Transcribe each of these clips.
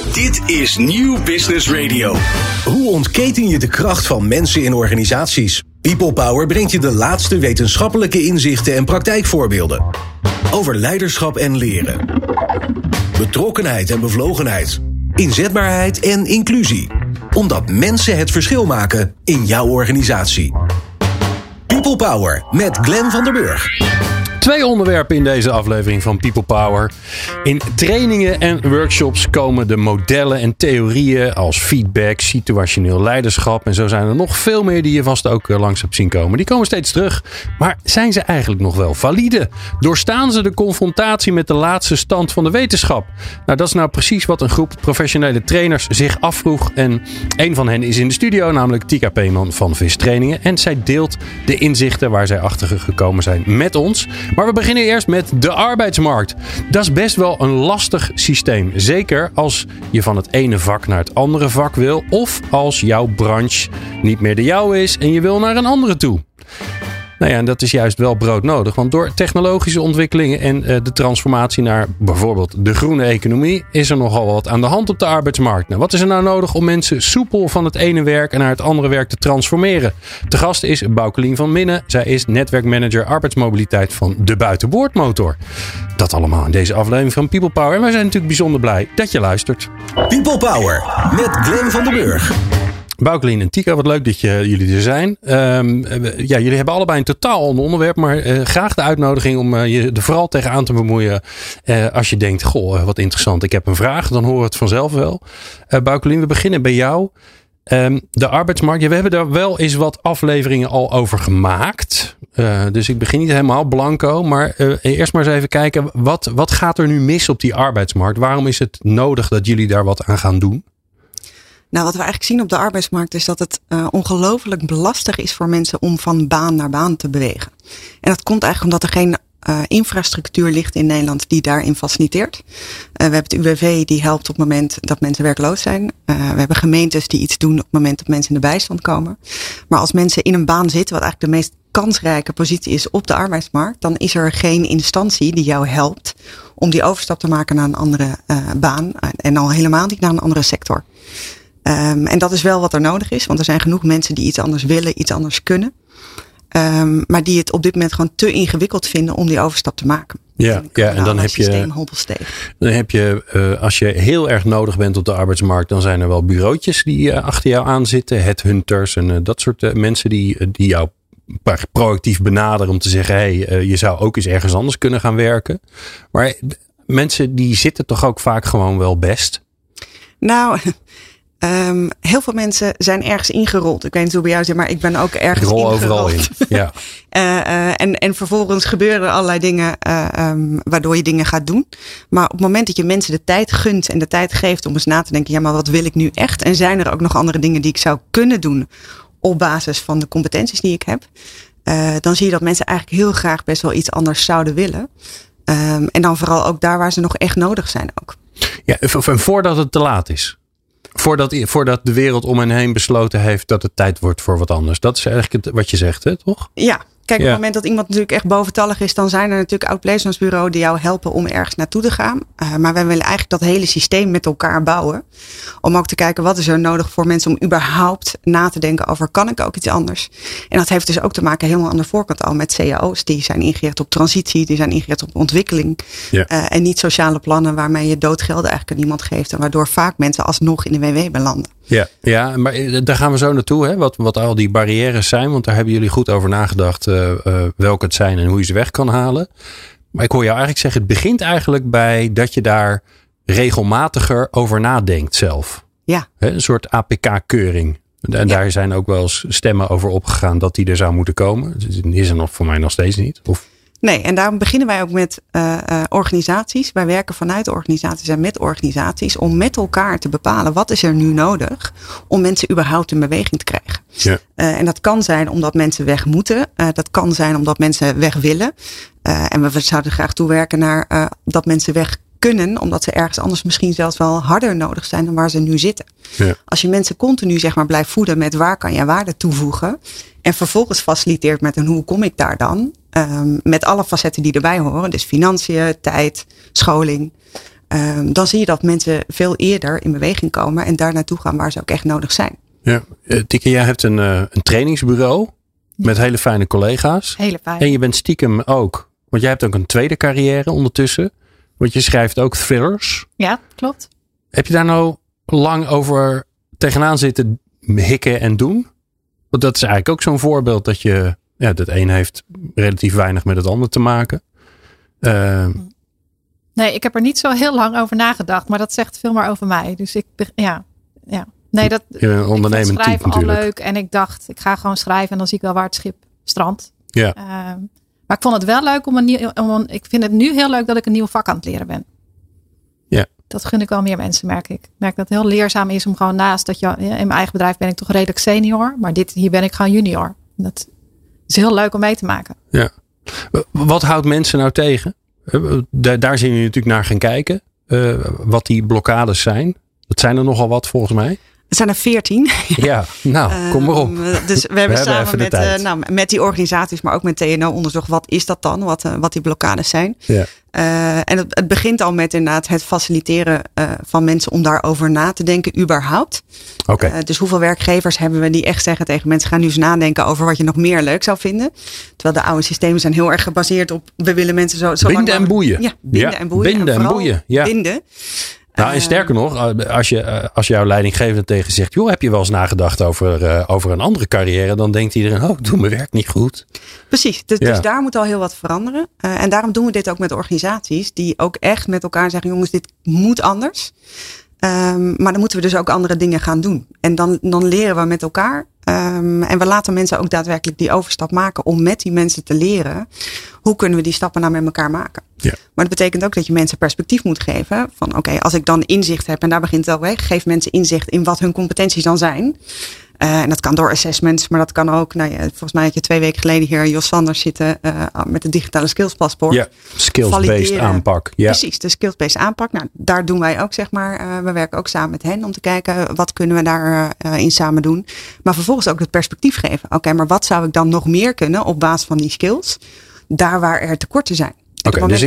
Dit is Nieuw Business Radio. Hoe ontketen je de kracht van mensen in organisaties? People Power brengt je de laatste wetenschappelijke inzichten en praktijkvoorbeelden. Over leiderschap en leren. Betrokkenheid en bevlogenheid. Inzetbaarheid en inclusie. Omdat mensen het verschil maken in jouw organisatie. People Power met Glenn van der Burg. 2 onderwerpen in deze aflevering van People Power. In trainingen en workshops komen de modellen en theorieën als feedback, situationeel leiderschap en zo zijn er nog veel meer die je vast ook langs hebt zien komen. Die komen steeds terug. Maar zijn ze eigenlijk nog wel valide? Doorstaan ze de confrontatie met de laatste stand van de wetenschap? Nou, dat is nou precies wat een groep professionele trainers zich afvroeg. En een van hen is in de studio, namelijk Tika Peeman van VIS Trainingen. En zij deelt de inzichten waar zij achter gekomen zijn met ons. Maar we beginnen eerst met de arbeidsmarkt. Dat is best wel een lastig systeem. Zeker als je van het ene vak naar het andere vak wil. Of als jouw branche niet meer de jouwe is en je wil naar een andere toe. Nou ja, en dat is juist wel broodnodig. Want door technologische ontwikkelingen en de transformatie naar bijvoorbeeld de groene economie is er nogal wat aan de hand op de arbeidsmarkt. Nou, wat is er nou nodig om mensen soepel van het ene werk naar het andere werk te transformeren? Te gast is Boukelien van Minnen. Zij is netwerkmanager arbeidsmobiliteit van de Buitenboordmotor. Dat allemaal in deze aflevering van People Power. En wij zijn natuurlijk bijzonder blij dat je luistert. People Power met Glenn van der Burg. Boukelien en Tika, wat leuk dat jullie er zijn. Jullie hebben allebei een totaal ander onderwerp, maar graag de uitnodiging om je er vooral tegenaan te bemoeien. Als je denkt, goh, wat interessant, ik heb een vraag, dan horen we het vanzelf wel. Boukelien, we beginnen bij jou. De arbeidsmarkt, we hebben daar wel eens wat afleveringen al over gemaakt. Dus ik begin niet helemaal blanco, maar eerst maar eens even kijken, wat gaat er nu mis op die arbeidsmarkt? Waarom is het nodig dat jullie daar wat aan gaan doen? Nou, wat we eigenlijk zien op de arbeidsmarkt is dat het ongelooflijk lastig is voor mensen om van baan naar baan te bewegen. En dat komt eigenlijk omdat er geen infrastructuur ligt in Nederland die daarin faciliteert. We hebben het UWV die helpt op het moment dat mensen werkloos zijn. We hebben gemeentes die iets doen op het moment dat mensen in de bijstand komen. Maar als mensen in een baan zitten, wat eigenlijk de meest kansrijke positie is op de arbeidsmarkt, dan is er geen instantie die jou helpt om die overstap te maken naar een andere baan. En al helemaal niet naar een andere sector. En dat is wel wat er nodig is. Want er zijn genoeg mensen die iets anders willen, iets anders kunnen. Maar die het op dit moment gewoon te ingewikkeld vinden om die overstap te maken. Ja, en dan heb je, als je heel erg nodig bent op de arbeidsmarkt, dan zijn er wel bureautjes die achter jou aan zitten. Headhunters en dat soort mensen die jou proactief benaderen om te zeggen, hey, je zou ook eens ergens anders kunnen gaan werken. Maar mensen die zitten toch ook vaak gewoon wel best? Nou, heel veel mensen zijn ergens ingerold. Ik weet niet hoe bij jou zit, maar ik ben ook ergens ingerold. Ik rol overal in, ja. En vervolgens gebeuren er allerlei dingen waardoor je dingen gaat doen. Maar op het moment dat je mensen de tijd gunt en de tijd geeft om eens na te denken, ja, maar wat wil ik nu echt? En zijn er ook nog andere dingen die ik zou kunnen doen op basis van de competenties die ik heb? Dan zie je dat mensen eigenlijk heel graag best wel iets anders zouden willen. En dan vooral ook daar waar ze nog echt nodig zijn ook. Ja, en voordat het te laat is. Voordat de wereld om hen heen besloten heeft dat het tijd wordt voor wat anders. Dat is eigenlijk wat je zegt, hè, toch? Ja. Kijk, op het moment dat iemand natuurlijk echt boventallig is, dan zijn er natuurlijk oud-placementsbureaus die jou helpen om ergens naartoe te gaan. Maar wij willen eigenlijk dat hele systeem met elkaar bouwen. Om ook te kijken, wat is er nodig voor mensen om überhaupt na te denken over, kan ik ook iets anders? En dat heeft dus ook te maken helemaal aan de voorkant al met cao's. Die zijn ingericht op transitie, die zijn ingericht op ontwikkeling. Ja. En niet sociale plannen waarmee je doodgelden eigenlijk aan iemand geeft. En waardoor vaak mensen alsnog in de WW belanden. Ja, maar daar gaan we zo naartoe, hè? Wat al die barrières zijn. Want daar hebben jullie goed over nagedacht welke het zijn en hoe je ze weg kan halen. Maar ik hoor jou eigenlijk zeggen, het begint eigenlijk bij dat je daar regelmatiger over nadenkt zelf. Ja. Een soort APK-keuring. En daar zijn ook wel eens stemmen over opgegaan dat die er zou moeten komen. Dat is er nog voor mij nog steeds niet. Of? Nee, en daarom beginnen wij ook met organisaties. Wij werken vanuit organisaties en met organisaties om met elkaar te bepalen wat is er nu nodig om mensen überhaupt in beweging te krijgen. Ja. En dat kan zijn omdat mensen weg moeten. Dat kan zijn omdat mensen weg willen. En we zouden graag toewerken naar dat mensen weg kunnen, omdat ze ergens anders misschien zelfs wel harder nodig zijn dan waar ze nu zitten. Ja. Als je mensen continu zeg maar blijft voeden met waar kan je waarde toevoegen en vervolgens faciliteert met een hoe kom ik daar dan, met alle facetten die erbij horen, dus financiën, tijd, scholing, dan zie je dat mensen veel eerder in beweging komen en daar naartoe gaan waar ze ook echt nodig zijn. Ja, Tieke, jij hebt een trainingsbureau met hele fijne collega's. Hele fijn. En je bent stiekem ook, want jij hebt ook een tweede carrière ondertussen. Want je schrijft ook thrillers. Ja, klopt. Heb je daar nou lang over tegenaan zitten hikken en doen? Want dat is eigenlijk ook zo'n voorbeeld dat je, dat een heeft relatief weinig met het ander te maken. Nee, ik heb er niet zo heel lang over nagedacht, maar dat zegt veel meer over mij. Dus Nee, dat je bent een ondernemend type natuurlijk. Al leuk en ik dacht, ik ga gewoon schrijven en dan zie ik wel waar het schip strandt. Ja. Maar ik vond het wel leuk ik vind het nu heel leuk dat ik een nieuw vak aan het leren ben. Ja. Dat gun ik wel meer mensen, merk ik. Ik merk dat het heel leerzaam is om gewoon naast dat in mijn eigen bedrijf ben ik toch redelijk senior, maar hier ben ik gewoon junior. Dat is heel leuk om mee te maken. Ja. Wat houdt mensen nou tegen? Daar zijn jullie natuurlijk naar gaan kijken. Wat die blokkades zijn. Dat zijn er nogal wat volgens mij. Het zijn er 14. Ja, nou, kom maar op. Dus we hebben samen met die organisaties, maar ook met TNO onderzocht. Wat is dat dan? Wat die blokkades zijn. Ja. En het begint al met inderdaad het faciliteren van mensen om daarover na te denken überhaupt. Okay. Dus hoeveel werkgevers hebben we die echt zeggen tegen mensen, ga nu eens nadenken over wat je nog meer leuk zou vinden. Terwijl de oude systemen zijn heel erg gebaseerd op, we willen mensen zo binden lang en boeien. Ja, binden en boeien. Binden en boeien. Ja. Binden. Nou, en sterker nog, als jouw leidinggevende tegen zegt, joh, heb je wel eens nagedacht over een andere carrière? Dan denkt iedereen, ik doe mijn werk niet goed. Precies, dus daar moet al heel wat veranderen. En daarom doen we dit ook met organisaties die ook echt met elkaar zeggen, jongens, dit moet anders. Maar dan moeten we dus ook andere dingen gaan doen. En dan leren we met elkaar. En we laten mensen ook daadwerkelijk die overstap maken om met die mensen te leren. Hoe kunnen we die stappen nou met elkaar maken? Ja. Maar dat betekent ook dat je mensen perspectief moet geven. Van oké, als ik dan inzicht heb, en daar begint het al weg. Geef mensen inzicht in wat hun competenties dan zijn. En dat kan door assessments, maar dat kan ook. Volgens mij had je 2 weken geleden hier Jos Sanders zitten met het digitale skillspaspoort. Ja, skills-based aanpak. Ja. Precies, de skills-based aanpak. Nou, daar doen wij ook, zeg maar. We werken ook samen met hen om te kijken wat kunnen we daarin samen doen. Maar vervolgens ook het perspectief geven. Oké, maar wat zou ik dan nog meer kunnen op basis van die skills? Daar waar er tekorten zijn. Oké, dus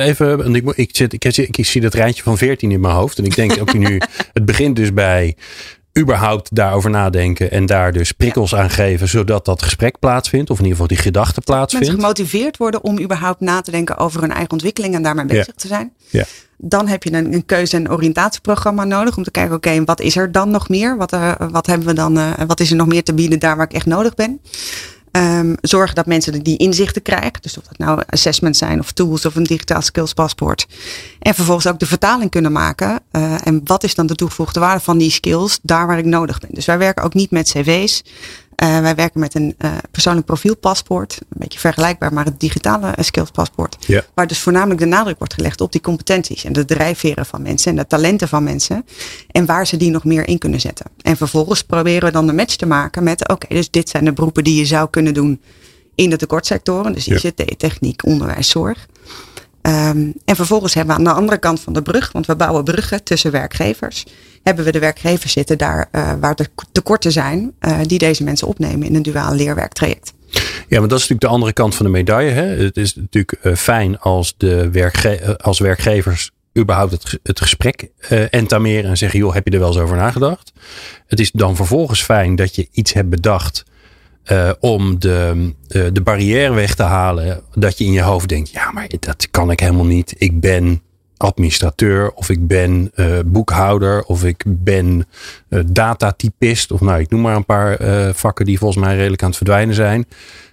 ik zie dat rijtje van 14 in mijn hoofd. En ik denk ook nu, het begint dus bij überhaupt daarover nadenken en daar dus prikkels aan geven, zodat dat gesprek plaatsvindt. Of in ieder geval die gedachte plaatsvindt. Mensen gemotiveerd worden om überhaupt na te denken over hun eigen ontwikkeling en daarmee bezig te zijn. Ja. Dan heb je een keuze- en oriëntatieprogramma nodig om te kijken, oké, wat is er dan nog meer? Wat hebben we dan? Wat is er nog meer te bieden daar waar ik echt nodig ben? Zorgen dat mensen die inzichten krijgen. Dus of dat nou assessments zijn of tools of een digitaal skills paspoort. En vervolgens ook de vertaling kunnen maken. En wat is dan de toegevoegde waarde van die skills daar waar ik nodig ben. Dus wij werken ook niet met cv's. Wij werken met een persoonlijk profielpaspoort. Een beetje vergelijkbaar, maar het digitale skillspaspoort. Ja. Waar dus voornamelijk de nadruk wordt gelegd op die competenties. En de drijfveren van mensen en de talenten van mensen. En waar ze die nog meer in kunnen zetten. En vervolgens proberen we dan de match te maken met, oké, dus dit zijn de beroepen die je zou kunnen doen in de tekortsectoren. Dus ICT, techniek, onderwijs, zorg. En vervolgens hebben we aan de andere kant van de brug, want we bouwen bruggen tussen werkgevers, hebben we de werkgevers zitten daar waar er tekorten zijn, die deze mensen opnemen in een duaal leerwerktraject. Ja, maar dat is natuurlijk de andere kant van de medaille. Hè? Het is natuurlijk fijn als als werkgevers überhaupt het gesprek entameren en zeggen, joh, heb je er wel eens over nagedacht? Het is dan vervolgens fijn dat je iets hebt bedacht om de barrière weg te halen. Dat je in je hoofd denkt, ja, maar dat kan ik helemaal niet. Ik ben administrateur of ik ben boekhouder of ik ben datatypist. Of nou, ik noem maar een paar vakken die volgens mij redelijk aan het verdwijnen zijn.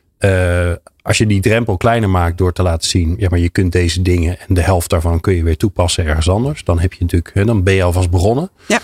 Als je die drempel kleiner maakt door te laten zien, ja, maar je kunt deze dingen en de helft daarvan kun je weer toepassen ergens anders. Dan heb je natuurlijk, dan ben je alvast begonnen. Ja.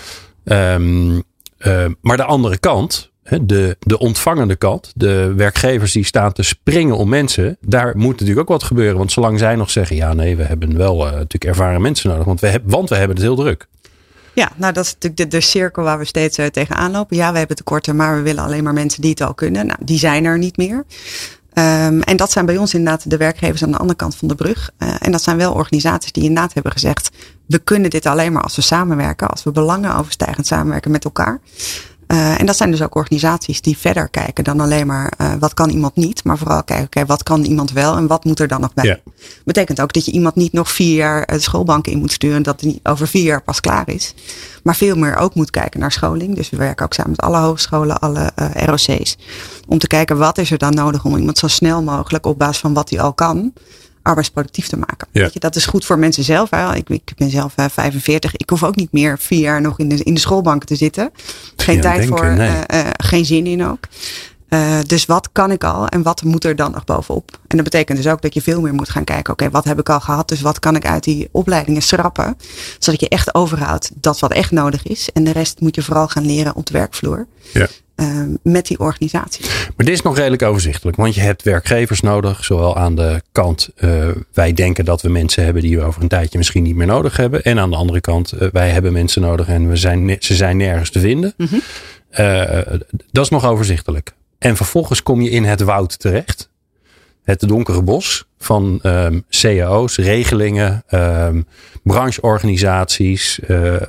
Maar de andere kant, de ontvangende kant, de werkgevers die staan te springen om mensen, daar moet natuurlijk ook wat gebeuren. Want zolang zij nog zeggen, ja nee, we hebben wel natuurlijk ervaren mensen nodig, want we hebben het heel druk. Ja, nou dat is natuurlijk de cirkel waar we steeds tegenaan lopen. Ja, we hebben tekorten, maar we willen alleen maar mensen die het al kunnen. Nou, die zijn er niet meer. En dat zijn bij ons inderdaad de werkgevers aan de andere kant van de brug. En dat zijn wel organisaties die inderdaad hebben gezegd, we kunnen dit alleen maar als we samenwerken, als we belangen overstijgend samenwerken met elkaar. En dat zijn dus ook organisaties die verder kijken dan alleen maar wat kan iemand niet. Maar vooral kijken, wat kan iemand wel en wat moet er dan nog bij. Ja. Betekent ook dat je iemand niet nog 4 jaar de schoolbanken in moet sturen. En dat die over 4 jaar pas klaar is. Maar veel meer ook moet kijken naar scholing. Dus we werken ook samen met alle hogescholen, alle ROC's. Om te kijken wat is er dan nodig om iemand zo snel mogelijk op basis van wat hij al kan arbeidsproductief te maken. Ja. Weet je, dat is goed voor mensen zelf. Ik ben zelf 45. Ik hoef ook niet meer 4 jaar nog in de schoolbanken te zitten. Geen tijd voor, geen zin in ook. Dus wat kan ik al en wat moet er dan nog bovenop? En dat betekent dus ook dat je veel meer moet gaan kijken. Oké, wat heb ik al gehad? Dus wat kan ik uit die opleidingen schrappen? Zodat je echt overhoudt dat wat echt nodig is. En de rest moet je vooral gaan leren op de werkvloer. Ja. Met die organisatie. Maar dit is nog redelijk overzichtelijk. Want je hebt werkgevers nodig. Zowel aan de kant wij denken dat we mensen hebben die we over een tijdje misschien niet meer nodig hebben. En aan de andere kant wij hebben mensen nodig en ze zijn nergens te vinden. Mm-hmm. Dat is nog overzichtelijk. En vervolgens kom je in het woud terecht. Het donkere bos van cao's, regelingen, brancheorganisaties,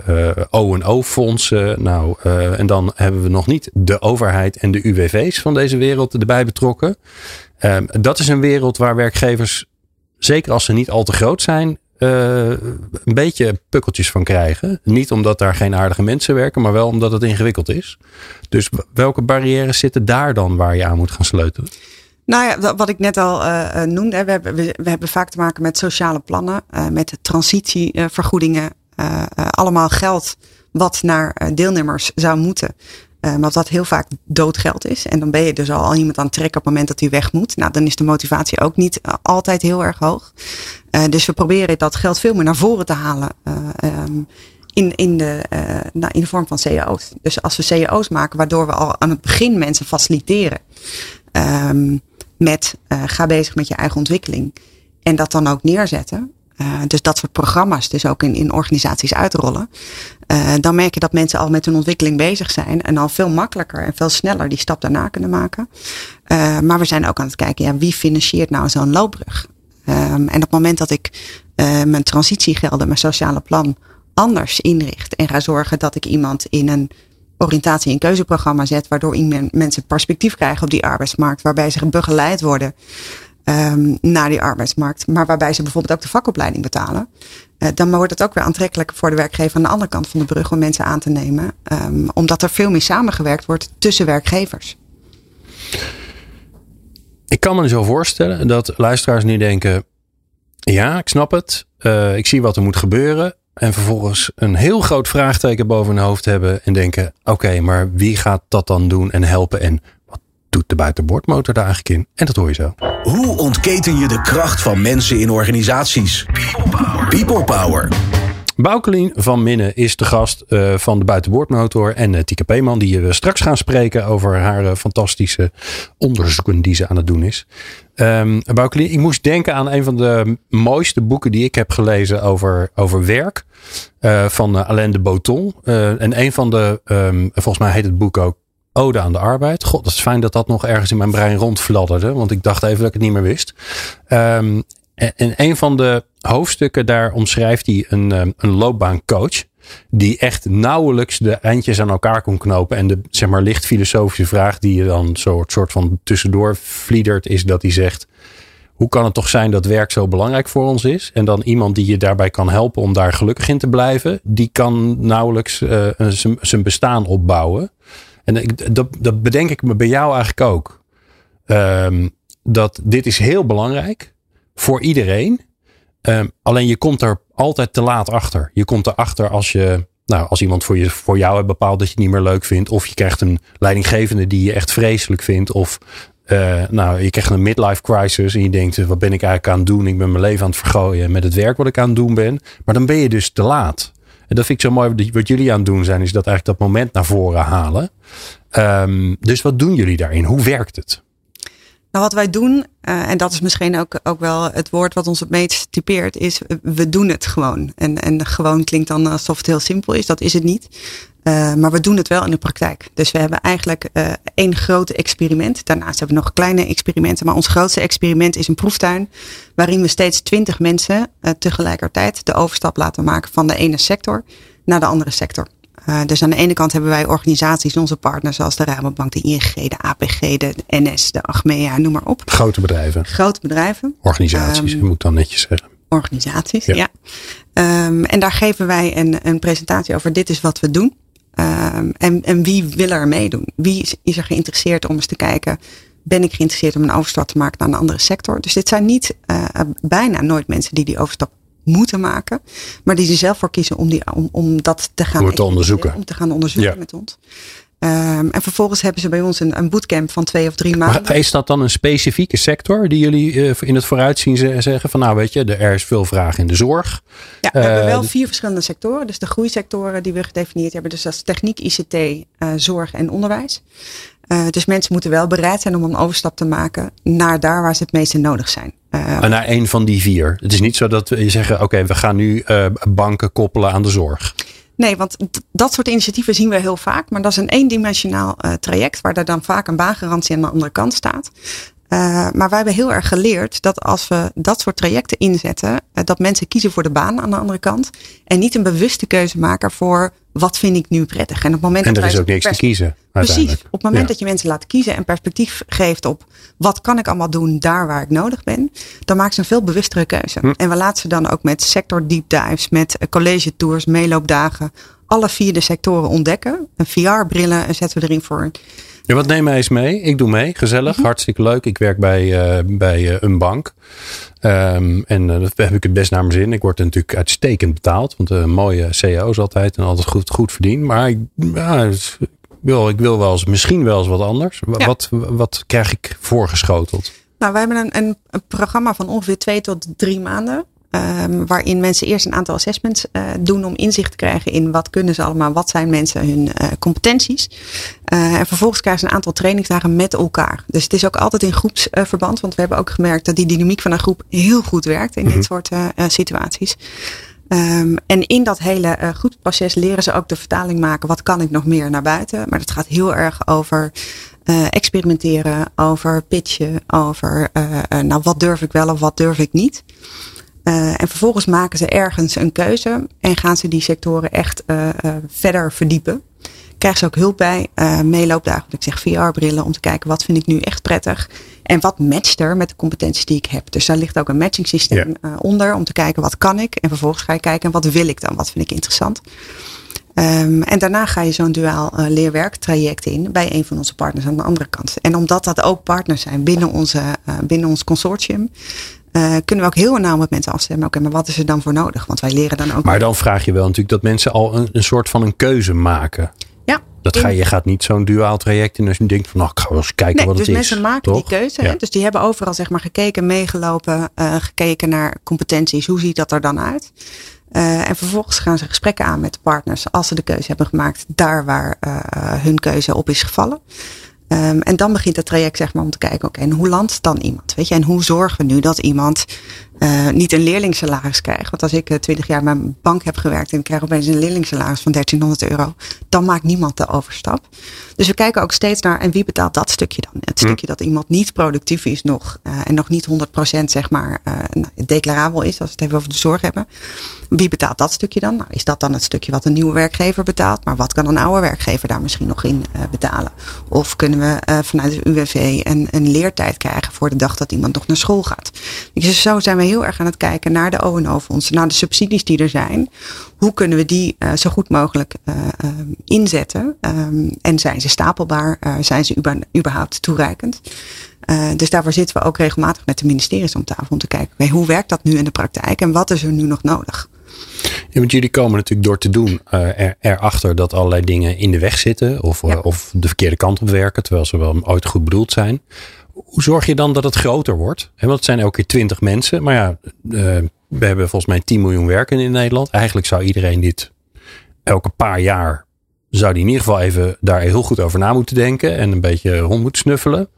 O&O-fondsen. En dan hebben we nog niet de overheid en de UWV's van deze wereld erbij betrokken. Dat is een wereld waar werkgevers, zeker als ze niet al te groot zijn, een beetje pukkeltjes van krijgen. Niet omdat daar geen aardige mensen werken, maar wel omdat het ingewikkeld is. Dus welke barrières zitten daar dan waar je aan moet gaan sleutelen? Nou ja, wat ik net al noemde. We hebben vaak te maken met sociale plannen. Met transitievergoedingen. Allemaal geld wat naar deelnemers zou moeten. Maar dat heel vaak doodgeld is. En dan ben je dus al iemand aan het trekken op het moment dat hij weg moet. Nou, dan is de motivatie ook niet altijd heel erg hoog. Dus we proberen dat geld veel meer naar voren te halen. In de vorm van cao's. Dus als we cao's maken, waardoor we al aan het begin mensen faciliteren. Ga bezig met je eigen ontwikkeling. En dat dan ook neerzetten. Dus dat soort programma's dus ook in organisaties uitrollen. Dan merk je dat mensen al met hun ontwikkeling bezig zijn. En al veel makkelijker en veel sneller die stap daarna kunnen maken. Maar we zijn ook aan het kijken, wie financiert nou zo'n loopbrug? En op het moment dat ik mijn transitiegelden, mijn sociale plan anders inricht. En ga zorgen dat ik iemand in een oriëntatie- en keuzeprogramma zet. Waardoor mensen perspectief krijgen op die arbeidsmarkt. Waarbij ze begeleid worden naar die arbeidsmarkt. Maar waarbij ze bijvoorbeeld ook de vakopleiding betalen. Dan wordt het ook weer aantrekkelijk voor de werkgever aan de andere kant van de brug om mensen aan te nemen. Omdat er veel meer samengewerkt wordt tussen werkgevers. Ik kan me zo voorstellen dat luisteraars nu denken. Ja, ik snap het. Ik zie wat er moet gebeuren. En vervolgens een heel groot vraagteken boven hun hoofd hebben. En denken, oké, maar wie gaat dat dan doen en helpen? En wat doet de buitenboordmotor daar eigenlijk in? En dat hoor je zo. Hoe ontketen je de kracht van mensen in organisaties? People Power. Boukelien van Minne is de gast van de buitenboordmotor. En Tieke Peeman, die we straks gaan spreken over haar fantastische onderzoeken die ze aan het doen is. Boukelien, ik moest denken aan een van de mooiste boeken die ik heb gelezen over werk. Van Alain de Botton. En een van de, volgens mij heet het boek ook Ode aan de Arbeid. God, dat is fijn dat dat nog ergens in mijn brein rondfladderde. Want ik dacht even dat ik het niet meer wist. En een van de hoofdstukken, daar omschrijft hij een loopbaancoach. Die echt nauwelijks de eindjes aan elkaar kon knopen. En de licht filosofische vraag die je dan soort van tussendoor vliedert. Is dat hij zegt, hoe kan het toch zijn dat werk zo belangrijk voor ons is? En dan iemand die je daarbij kan helpen om daar gelukkig in te blijven. Die kan nauwelijks zijn bestaan opbouwen. En dat bedenk ik me bij jou eigenlijk ook. Dat dit is heel belangrijk voor iedereen. Alleen je komt er altijd te laat achter. Je komt erachter als iemand voor jou hebt bepaald dat je het niet meer leuk vindt. Of je krijgt een leidinggevende die je echt vreselijk vindt. Of je krijgt een midlife crisis en je denkt, wat ben ik eigenlijk aan het doen? Ik ben mijn leven aan het vergooien met het werk wat ik aan het doen ben. Maar dan ben je dus te laat. En dat vind ik zo mooi. Wat jullie aan het doen zijn, is dat eigenlijk dat moment naar voren halen. Dus wat doen jullie daarin? Hoe werkt het? Nou, wat wij doen, en dat is misschien ook wel het woord wat ons het meest typeert, is we doen het gewoon. En gewoon klinkt dan alsof het heel simpel is. Dat is het niet. Maar we doen het wel in de praktijk. Dus we hebben eigenlijk 1 groot experiment. Daarnaast hebben we nog kleine experimenten. Maar ons grootste experiment is een proeftuin. Waarin we steeds 20 mensen tegelijkertijd de overstap laten maken van de ene sector naar de andere sector. Dus aan de ene kant hebben wij organisaties, onze partners zoals de Rabobank, de ING, de APG, de NS, de Achmea, noem maar op. Grote bedrijven. Organisaties, moet ik dan netjes zeggen. Organisaties, ja. En daar geven wij een presentatie over. Dit is wat we doen. En wie wil er meedoen? Wie is er geïnteresseerd om eens te kijken? Ben ik geïnteresseerd om een overstap te maken naar een andere sector? Dus dit zijn niet bijna nooit mensen die overstap moeten maken. Maar die er zelf voor kiezen om dat te gaan onderzoeken. Om te gaan onderzoeken met ons. En vervolgens hebben ze bij ons een bootcamp van 2 of 3 maanden. Maar is dat dan een specifieke sector die jullie in het vooruitzien zeggen van weet je, er is veel vraag in de zorg? Ja, we hebben wel 4 verschillende sectoren. Dus de groeisectoren die we gedefinieerd hebben. Dus dat is techniek, ICT, zorg en onderwijs. Dus mensen moeten wel bereid zijn om een overstap te maken naar daar waar ze het meeste nodig zijn. Naar een van die 4. Het is niet zo dat we zeggen, oké, we gaan nu banken koppelen aan de zorg. Nee, want dat soort initiatieven zien we heel vaak. Maar dat is een eendimensionaal traject waar er dan vaak een baangarantie aan de andere kant staat. Maar wij hebben heel erg geleerd dat als we dat soort trajecten inzetten, dat mensen kiezen voor de baan aan de andere kant. En niet een bewuste keuze maken voor wat vind ik nu prettig. En, op het moment er is ook niks te kiezen. Precies. Op het moment dat je mensen laat kiezen en perspectief geeft op wat kan ik allemaal doen daar waar ik nodig ben, dan maken ze een veel bewustere keuze. En we laten ze dan ook met sector deep dives, met college tours, meeloopdagen, alle 4 de sectoren ontdekken. Een VR-brillen zetten we erin voor. Ja, wat neem mij eens mee? Ik doe mee. Gezellig. Hartstikke leuk. Ik werk bij een bank. En dat heb ik het best naar mijn zin. Ik word natuurlijk uitstekend betaald. Want een mooie CEO's altijd. En altijd goed verdiend. Maar ik wil wel eens, misschien wel eens wat anders. Ja. Wat krijg ik voorgeschoteld? Nou, wij hebben een programma van ongeveer 2 tot 3 maanden. Waarin mensen eerst een aantal assessments doen om inzicht te krijgen in wat kunnen ze allemaal, wat zijn mensen hun competenties. En vervolgens krijgen ze een aantal trainingsdagen met elkaar. Dus het is ook altijd in groepsverband, want we hebben ook gemerkt dat die dynamiek van een groep heel goed werkt in dit soort situaties. En in dat hele groepsproces leren ze ook de vertaling maken. Wat kan ik nog meer naar buiten? Maar dat gaat heel erg over experimenteren, over pitchen, over wat durf ik wel of wat durf ik niet. En vervolgens maken ze ergens een keuze en gaan ze die sectoren echt verder verdiepen. Krijgen ze ook hulp bij, meeloopdagen, wat ik zeg VR-brillen, om te kijken wat vind ik nu echt prettig. En wat matcht er met de competenties die ik heb. Dus daar ligt ook een matching systeem onder om te kijken wat kan ik. En vervolgens ga je kijken wat wil ik dan, wat vind ik interessant. En daarna ga je zo'n duaal leerwerktraject in bij een van onze partners aan de andere kant. En omdat dat ook partners zijn binnen ons consortium, kunnen we ook heel nauw met mensen afstemmen. Oké, maar wat is er dan voor nodig? Want wij leren dan ook. Maar dan vraag je wel natuurlijk dat mensen al een soort van een keuze maken. Ja. Je gaat niet zo'n duaal traject in als je denkt van ik ga wel eens kijken wat het dus is. Dus mensen maken die keuze. Ja. Dus die hebben overal gekeken, meegelopen, gekeken naar competenties. Hoe ziet dat er dan uit? En vervolgens gaan ze gesprekken aan met de partners als ze de keuze hebben gemaakt daar waar hun keuze op is gevallen. En dan begint het traject om te kijken, oké, en hoe landt dan iemand? Weet je? En hoe zorgen we nu dat iemand niet een leerlingsalaris krijgt? Want als ik 20 jaar bij een bank heb gewerkt en ik krijg opeens een leerlingsalaris van €1300, dan maakt niemand de overstap. Dus we kijken ook steeds naar, en wie betaalt dat stukje dan? Het stukje dat iemand niet productief is nog en nog niet 100% declarabel is, als we het even over de zorg hebben. Wie betaalt dat stukje dan? Nou, is dat dan het stukje wat een nieuwe werkgever betaalt? Maar wat kan een oude werkgever daar misschien nog in betalen? Of kunnen we vanuit de UWV een leertijd krijgen voor de dag dat iemand nog naar school gaat? Dus zo zijn we heel erg aan het kijken naar de O&O-fondsen, naar de subsidies die er zijn. Hoe kunnen we die zo goed mogelijk inzetten? En zijn ze stapelbaar? Zijn ze überhaupt toereikend? Dus daarvoor zitten we ook regelmatig met de ministeries om tafel om te kijken, hoe werkt dat nu in de praktijk en wat is er nu nog nodig? Ja, want jullie komen natuurlijk door te doen erachter dat allerlei dingen in de weg zitten of de verkeerde kant op werken, terwijl ze wel ooit goed bedoeld zijn. Hoe zorg je dan dat het groter wordt? Want het zijn elke keer 20 mensen. Maar we hebben volgens mij 10 miljoen werkenden in Nederland. Eigenlijk zou iedereen dit elke paar jaar, zou die in ieder geval even daar heel goed over na moeten denken. En een beetje rond moeten snuffelen.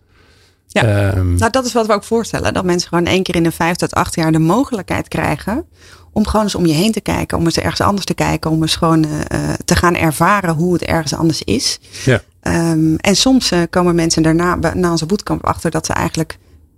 Ja, dat is wat we ook voorstellen. Dat mensen gewoon 1 keer in de 5 tot 8 jaar de mogelijkheid krijgen om gewoon eens om je heen te kijken. Om eens ergens anders te kijken. Om eens gewoon te gaan ervaren hoe het ergens anders is. Ja. En soms komen mensen daarna na onze bootcamp achter dat ze eigenlijk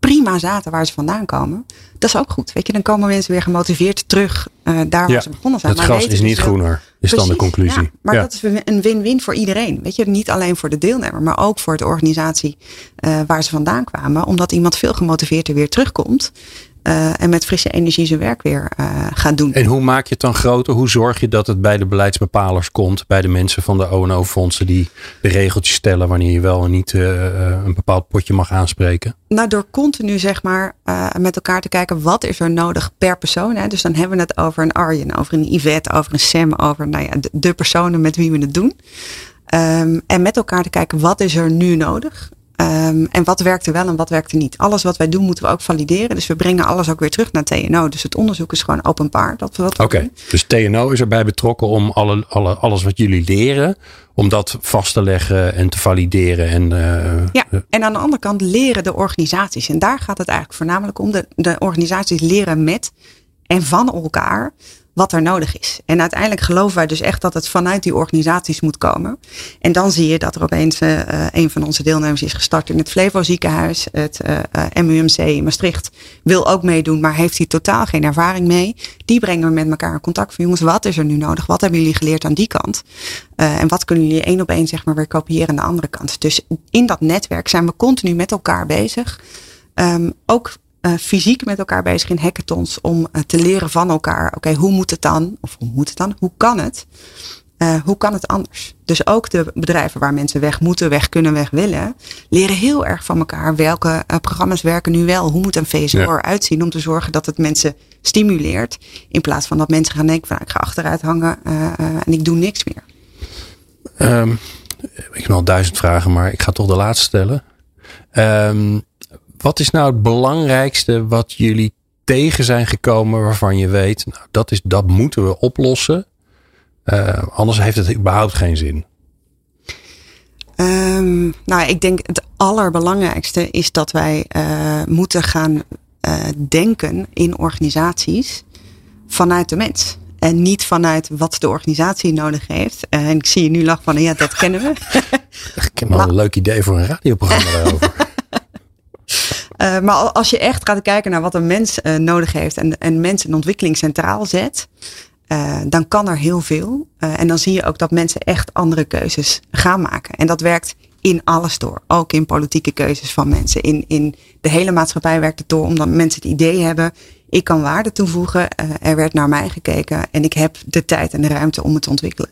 prima zaten waar ze vandaan komen. Dat is ook goed. Weet je, dan komen mensen weer gemotiveerd terug daar waar ze begonnen zijn. Het gras is niet groener, is dan de conclusie. Ja, maar dat is een win-win voor iedereen. Weet je, niet alleen voor de deelnemer, maar ook voor de organisatie waar ze vandaan kwamen. Omdat iemand veel gemotiveerder weer terugkomt. En met frisse energie zijn werk weer gaat doen. En hoe maak je het dan groter? Hoe zorg je dat het bij de beleidsbepalers komt? Bij de mensen van de O&O-fondsen die de regeltjes stellen wanneer je wel en niet een bepaald potje mag aanspreken? Nou, door continu met elkaar te kijken wat is er nodig per persoon. Hè? Dus dan hebben we het over een Arjen, over een Yvette, over een Sam, over de personen met wie we het doen. En met elkaar te kijken wat is er nu nodig. En wat werkt er wel en wat werkt er niet. Alles wat wij doen moeten we ook valideren. Dus we brengen alles ook weer terug naar TNO. Dus het onderzoek is gewoon openbaar. Oké, dus TNO is erbij betrokken om alles wat jullie leren, om dat vast te leggen en te valideren. En aan de andere kant leren de organisaties. En daar gaat het eigenlijk voornamelijk om. De organisaties leren met en van elkaar wat er nodig is. En uiteindelijk geloven wij dus echt dat het vanuit die organisaties moet komen. En dan zie je dat er opeens een van onze deelnemers is gestart in het Flevo ziekenhuis. Het MUMC in Maastricht wil ook meedoen, maar heeft hier totaal geen ervaring mee. Die brengen we met elkaar in contact van jongens, wat is er nu nodig? Wat hebben jullie geleerd aan die kant? En wat kunnen jullie 1 op 1 zeg maar weer kopiëren aan de andere kant? Dus in dat netwerk zijn we continu met elkaar bezig. Ook fysiek met elkaar bezig in hackathons om te leren van elkaar. Oké, hoe moet het dan? Of hoe moet het dan? Hoe kan het? Hoe kan het anders? Dus ook de bedrijven waar mensen weg moeten, weg kunnen, weg willen, leren heel erg van elkaar. Welke programma's werken nu wel? Hoe moet een VSO eruit zien om te zorgen dat het mensen stimuleert? In plaats van dat mensen gaan denken van ik ga achteruit hangen en ik doe niks meer. Ik heb nog 1000 vragen, maar ik ga toch de laatste stellen. Wat is nou het belangrijkste wat jullie tegen zijn gekomen waarvan je weet, nou, dat moeten we oplossen. Anders heeft het überhaupt geen zin. Ik denk het allerbelangrijkste is dat wij moeten gaan denken in organisaties vanuit de mens. En niet vanuit wat de organisatie nodig heeft. En ik zie je nu lachen van, ja, dat kennen we. Ik heb wel een leuk idee voor een radioprogramma daarover. Maar als je echt gaat kijken naar wat een mens nodig heeft en mens en ontwikkeling centraal zet, dan kan er heel veel. En dan zie je ook dat mensen echt andere keuzes gaan maken. En dat werkt in alles door. Ook in politieke keuzes van mensen. In de hele maatschappij werkt het door omdat mensen het idee hebben, ik kan waarde toevoegen. Er werd naar mij gekeken en ik heb de tijd en de ruimte om het te ontwikkelen.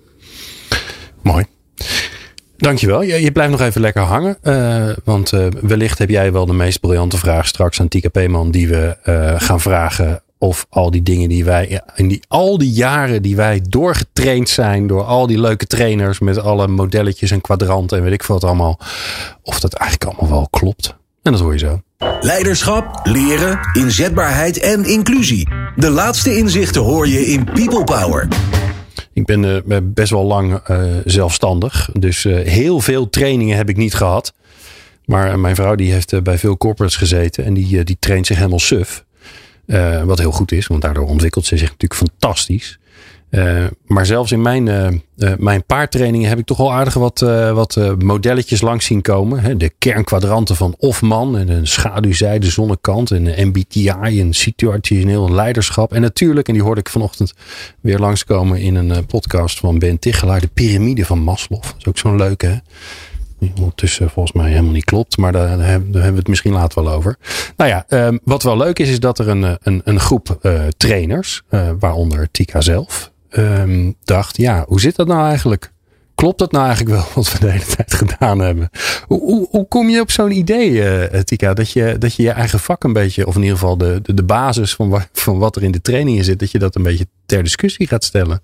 Mooi. Dankjewel. Je blijft nog even lekker hangen. Want wellicht heb jij wel de meest briljante vraag straks aan Tika Peeman die we gaan vragen. Of al die dingen die wij al die jaren die wij doorgetraind zijn door al die leuke trainers met alle modelletjes en kwadranten en weet ik veel wat allemaal. Of dat eigenlijk allemaal wel klopt. En dat hoor je zo. Leiderschap, leren, inzetbaarheid en inclusie. De laatste inzichten hoor je in People Power. Ik ben best wel lang zelfstandig. Dus heel veel trainingen heb ik niet gehad. Maar mijn vrouw die heeft bij veel corporates gezeten. En die traint zich helemaal suf. Wat heel goed is. Want daardoor ontwikkelt ze zich natuurlijk fantastisch. Maar zelfs in mijn paardtrainingen heb ik toch wel aardig wat modelletjes langs zien komen. Hè? De kernkwadranten van Hofman en een schaduwzijde zonnekant en een MBTI en situationeel leiderschap. En natuurlijk, en die hoorde ik vanochtend weer langskomen in een podcast van Ben Tichelaar, de piramide van Maslow. Dat is ook zo'n leuke, hè? Die ondertussen volgens mij helemaal niet klopt. Maar daar hebben we het misschien later wel over. Nou ja, wat wel leuk is dat er een groep trainers, waaronder Tika zelf, dacht, ja, hoe zit dat nou eigenlijk? Klopt dat nou eigenlijk wel wat we de hele tijd gedaan hebben? Hoe kom je op zo'n idee, Tika, dat je eigen vak een beetje, of in ieder geval de basis van wat er in de trainingen zit, dat je dat een beetje ter discussie gaat stellen?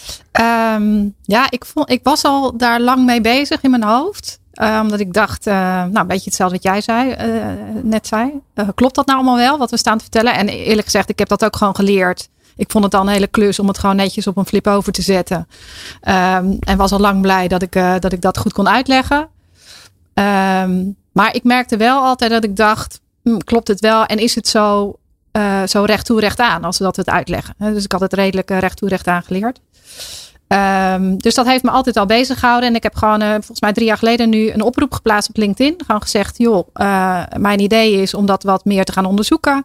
Ik was al daar lang mee bezig in mijn hoofd. Omdat ik dacht, een beetje hetzelfde wat jij net zei. Klopt dat nou allemaal wel, wat we staan te vertellen? En eerlijk gezegd, ik heb dat ook gewoon geleerd. Ik vond het al een hele klus om het gewoon netjes op een flip over te zetten. En was al lang blij dat ik dat goed kon uitleggen. Maar ik merkte wel altijd dat ik dacht, klopt het wel? En is het zo recht toe recht aan als we dat het uitleggen? Dus ik had het redelijk recht toe recht aan geleerd. Dus dat heeft me altijd al bezig gehouden. En ik heb gewoon volgens mij 3 jaar geleden nu een oproep geplaatst op LinkedIn. Gewoon gezegd, mijn idee is om dat wat meer te gaan onderzoeken.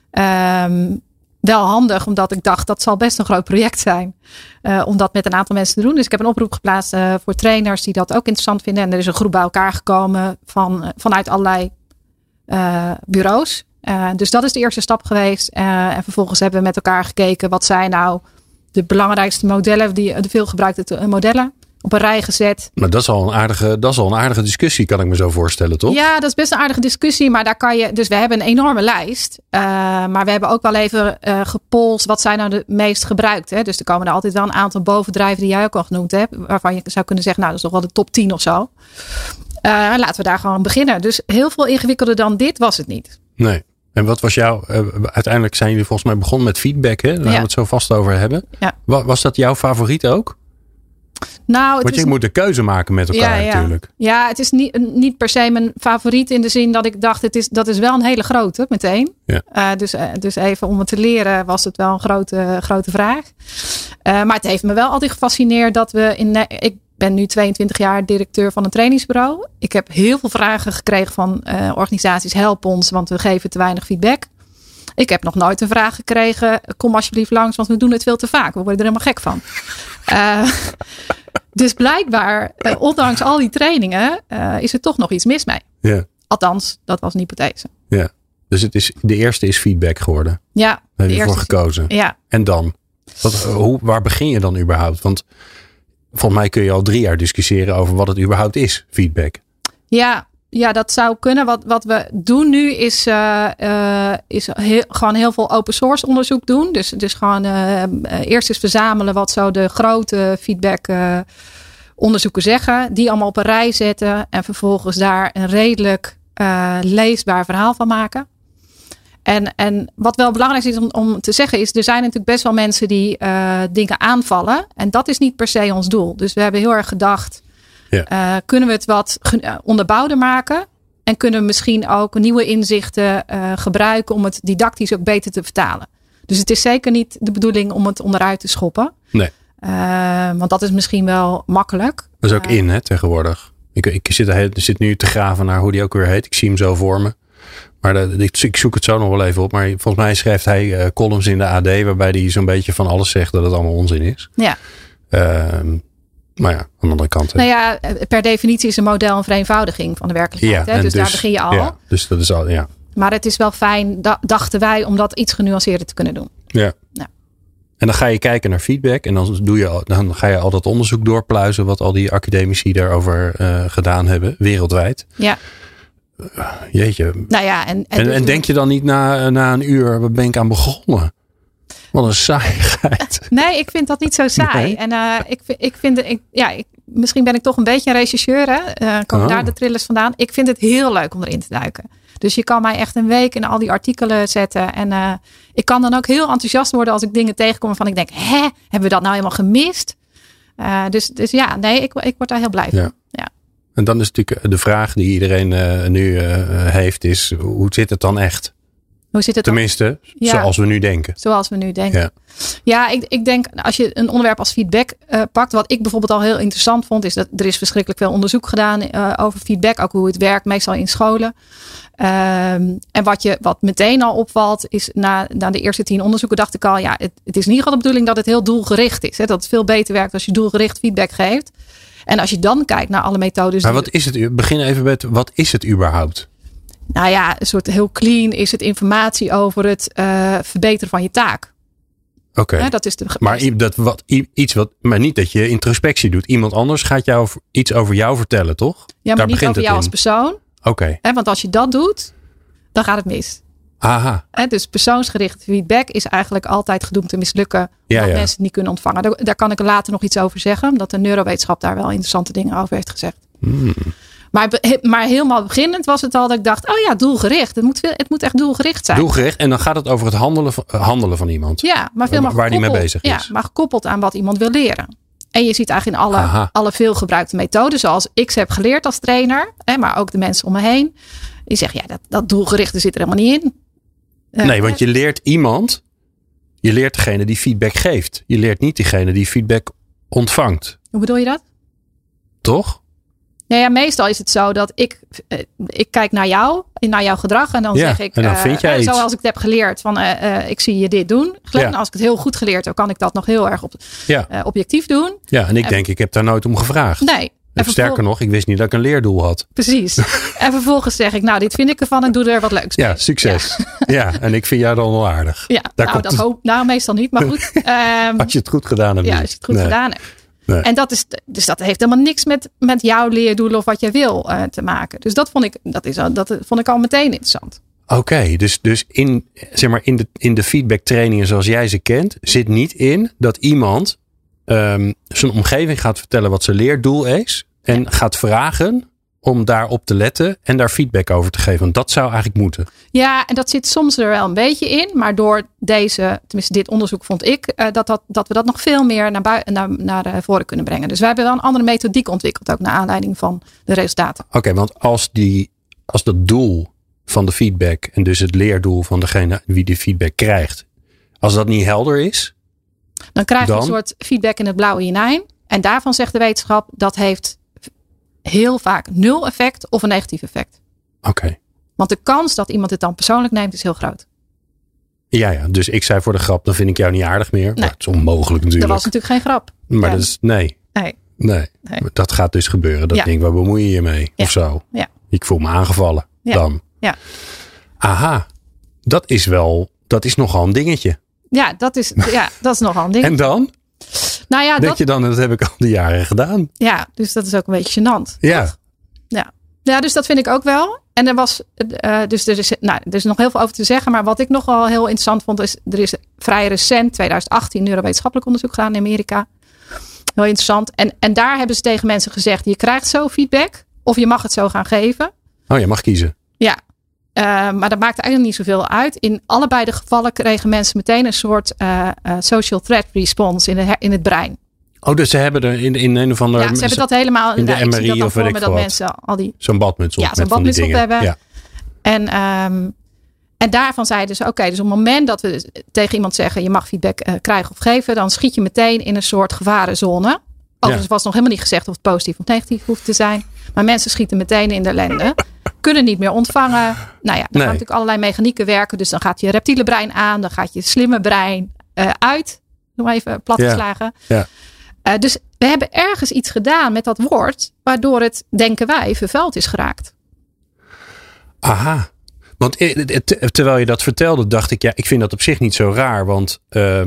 Wel handig, omdat ik dacht dat zal best een groot project zijn. Om dat met een aantal mensen te doen. Dus ik heb een oproep geplaatst voor trainers die dat ook interessant vinden. En er is een groep bij elkaar gekomen vanuit allerlei bureaus. Dus dat is de eerste stap geweest. En vervolgens hebben we met elkaar gekeken. Wat zijn nou de belangrijkste modellen, de veelgebruikte modellen, op een rij gezet. Maar dat is al een aardige discussie, kan ik me zo voorstellen, toch? Ja, dat is best een aardige discussie. Maar daar kan je. Dus we hebben een enorme lijst. Maar we hebben ook wel even gepolst. Wat zijn nou de meest gebruikte? Dus er komen er altijd wel een aantal bovendrijven die jij ook al genoemd hebt. Waarvan je zou kunnen zeggen, nou, dat is toch wel de top 10 of zo. Laten we daar gewoon beginnen. Dus heel veel ingewikkelder dan dit was het niet. Nee. En wat was jouw... uiteindelijk zijn jullie volgens mij begonnen met feedback, hè? Daar gaan we het zo vast over hebben. Ja. Was dat jouw favoriet ook? Nou, want je moet een keuze maken met elkaar natuurlijk. Ja, het is niet per se mijn favoriet in de zin dat ik dacht, dat is wel een hele grote meteen. Ja. Dus even om het te leren was het wel een grote vraag. Maar het heeft me wel altijd gefascineerd dat ik ben nu 22 jaar directeur van een trainingsbureau. Ik heb heel veel vragen gekregen van organisaties. Help ons, want we geven te weinig feedback. Ik heb nog nooit een vraag gekregen. Kom alsjeblieft langs, want we doen het veel te vaak. We worden er helemaal gek van. Dus blijkbaar, ondanks al die trainingen, is er toch nog iets mis mee. Ja. Althans, dat was een hypothese. Ja. Dus de eerste is feedback geworden. Ja. Daar heb je voor gekozen. Ja. En dan? Waar begin je dan überhaupt? Want volgens mij kun je al 3 jaar discussiëren over wat het überhaupt is, feedback. Ja, dat zou kunnen. Wat we doen nu is gewoon heel veel open source onderzoek doen. Dus gewoon eerst eens verzamelen wat zo de grote feedback onderzoeken zeggen. Die allemaal op een rij zetten. En vervolgens daar een redelijk leesbaar verhaal van maken. En wat wel belangrijk is om te zeggen is, er zijn natuurlijk best wel mensen die dingen aanvallen. En dat is niet per se ons doel. Dus we hebben heel erg gedacht, kunnen we het wat onderbouwder maken? En kunnen we misschien ook nieuwe inzichten gebruiken om het didactisch ook beter te vertalen? Dus het is zeker niet de bedoeling om het onderuit te schoppen. Nee. Want dat is misschien wel makkelijk. Dat is ook hè, tegenwoordig. Ik zit nu te graven naar hoe die ook weer heet. Ik zie hem zo voor me. Maar ik zoek het zo nog wel even op. Maar volgens mij schrijft hij columns in de AD waarbij hij zo'n beetje van alles zegt dat het allemaal onzin is. Ja. Maar ja, aan de andere kant. Nou ja, per definitie is een model een vereenvoudiging van de werkelijkheid. Ja, hè? Dus daar begin je al. Ja, dus dat is al, ja. Maar het is wel fijn, dachten wij, om dat iets genuanceerder te kunnen doen. Ja. En dan ga je kijken naar feedback. En dan ga je al dat onderzoek doorpluizen wat al die academici daarover gedaan hebben, wereldwijd. Ja. Jeetje. Nou ja, en denk je dan niet na een uur, waar ben ik aan begonnen? Wat een saaiigheid. Nee, ik vind dat niet zo saai. Nee. En misschien ben ik toch een beetje een rechercheur. Komen daar de trillers vandaan. Ik vind het heel leuk om erin te duiken. Dus je kan mij echt een week in al die artikelen zetten. En ik kan dan ook heel enthousiast worden als ik dingen tegenkom waarvan ik denk, hebben we dat nou helemaal gemist? Dus ja, nee, ik word daar heel blij van. Ja. En dan is natuurlijk de vraag die iedereen nu heeft is, hoe zit het dan echt? Hoe zit het tenminste, zoals we nu denken. Zoals we nu denken. Ja, ik denk als je een onderwerp als feedback pakt. Wat ik bijvoorbeeld al heel interessant vond. Is dat er is verschrikkelijk veel onderzoek gedaan over feedback. Ook hoe het werkt, meestal in scholen. En wat meteen al opvalt is na de eerste 10 onderzoeken dacht ik al. Ja, het is in ieder geval de bedoeling dat het heel doelgericht is. Hè? Dat het veel beter werkt als je doelgericht feedback geeft. En als je dan kijkt naar alle methodes. Maar wat is het? Begin even met, wat is het überhaupt? Nou ja, een soort heel clean is het informatie over het verbeteren van je taak. Oké. Ja, dat is maar niet dat je introspectie doet. Iemand anders gaat jou iets over jou vertellen, toch? Ja, maar niet over jou als persoon. Oké. Want als je dat doet, dan gaat het mis. Aha. Dus persoonsgericht feedback is eigenlijk altijd gedoemd te mislukken. Omdat mensen het niet kunnen ontvangen. Daar kan ik later nog iets over zeggen. Omdat de neurowetenschap daar wel interessante dingen over heeft gezegd. Maar helemaal beginnend was het al dat ik dacht, doelgericht. Het moet echt doelgericht zijn. Doelgericht en dan gaat het over het handelen van iemand. Ja, maar veel waar die mee bezig is. Ja, maar gekoppeld aan wat iemand wil leren. En je ziet eigenlijk in alle veelgebruikte methoden, zoals ik ze heb geleerd als trainer, maar ook de mensen om me heen. Die zeggen, dat doelgerichte zit er helemaal niet in. Nee, want je leert iemand, je leert degene die feedback geeft. Je leert niet diegene die feedback ontvangt. Hoe bedoel je dat? Toch? Nou ja, meestal is het zo dat ik kijk naar jou, naar jouw gedrag. En dan zeg ik, en dan vind jij iets. Zoals ik het heb geleerd, van ik zie je dit doen. En als ik het heel goed geleerd heb, kan ik dat nog heel erg objectief doen. Ja, en ik denk, ik heb daar nooit om gevraagd. Nee. Sterker nog, ik wist niet dat ik een leerdoel had. Precies. En vervolgens zeg ik, nou, dit vind ik ervan en doe er wat leuks mee. Ja, succes. Ja, en ik vind jou dan wel aardig. Ja, meestal niet, maar goed. Als je het goed gedaan hebt. Ja, als je het goed gedaan hebt. Nee. En dat heeft helemaal niks met jouw leerdoelen of wat jij wil te maken. Dus dat vond ik al meteen interessant. Oké, dus in de feedbacktrainingen zoals jij ze kent, zit niet in dat iemand zijn omgeving gaat vertellen wat zijn leerdoel is. En gaat vragen om daarop te letten en daar feedback over te geven. Want dat zou eigenlijk moeten. Ja, en dat zit soms er wel een beetje in. Maar door dit onderzoek vond ik dat we dat nog veel meer naar voren kunnen brengen. Dus wij hebben wel een andere methodiek ontwikkeld. Ook naar aanleiding van de resultaten. Oké, want als dat doel van de feedback en dus het leerdoel van degene wie die feedback krijgt. Als dat niet helder is. Dan krijg je een soort feedback in het blauwe hinijn. En daarvan zegt de wetenschap dat heeft heel vaak 0 effect of een negatief effect. Oké. Want de kans dat iemand het dan persoonlijk neemt is heel groot. Ja, dus ik zei voor de grap, dan vind ik jou niet aardig meer. Nee. Dat is onmogelijk natuurlijk. Dat was natuurlijk geen grap. Maar dat is, nee. Dat gaat dus gebeuren. Dat ding, waar bemoei je je mee? Ja. Of zo. Ja. Ik voel me aangevallen. Ja. Dan. Ja. Aha. Dat is nogal een dingetje. Ja, dat is nogal een dingetje. En dan? Nou ja, denk je dan, dat heb ik al die jaren gedaan. Ja, dus dat is ook een beetje gênant. Ja. Ja, dus dat vind ik ook wel. En er was, er is nog heel veel over te zeggen. Maar wat ik nogal heel interessant vond, is er is vrij recent, 2018, neurowetenschappelijk onderzoek gedaan in Amerika. Heel interessant. En daar hebben ze tegen mensen gezegd, je krijgt zo feedback of je mag het zo gaan geven. Oh, je mag kiezen. Ja. Maar dat maakt eigenlijk niet zoveel uit. In allebei de gevallen kregen mensen meteen een soort social threat response in het brein. Oh, dus ze hebben er in een of andere... Ja, ze hebben dat helemaal... In de MRI of weet ik veel wat. Zo'n badmuts op. Ja, zo'n badmuts op hebben. Ja. En daarvan zeiden ze, oké, dus op het moment dat we tegen iemand zeggen, je mag feedback krijgen of geven, dan schiet je meteen in een soort gevarenzone. Overigens was nog helemaal niet gezegd of het positief of negatief hoeft te zijn. Maar mensen schieten meteen in de ellende. Kunnen niet meer ontvangen. Nou ja, dan gaan natuurlijk allerlei mechanieken werken. Dus dan gaat je reptiele brein aan. Dan gaat je slimme brein uit. Nog even platgeslagen. Ja. Dus we hebben ergens iets gedaan met dat woord. Waardoor het, denken wij, vervuild is geraakt. Aha. Want terwijl je dat vertelde, dacht ik, ik vind dat op zich niet zo raar. Want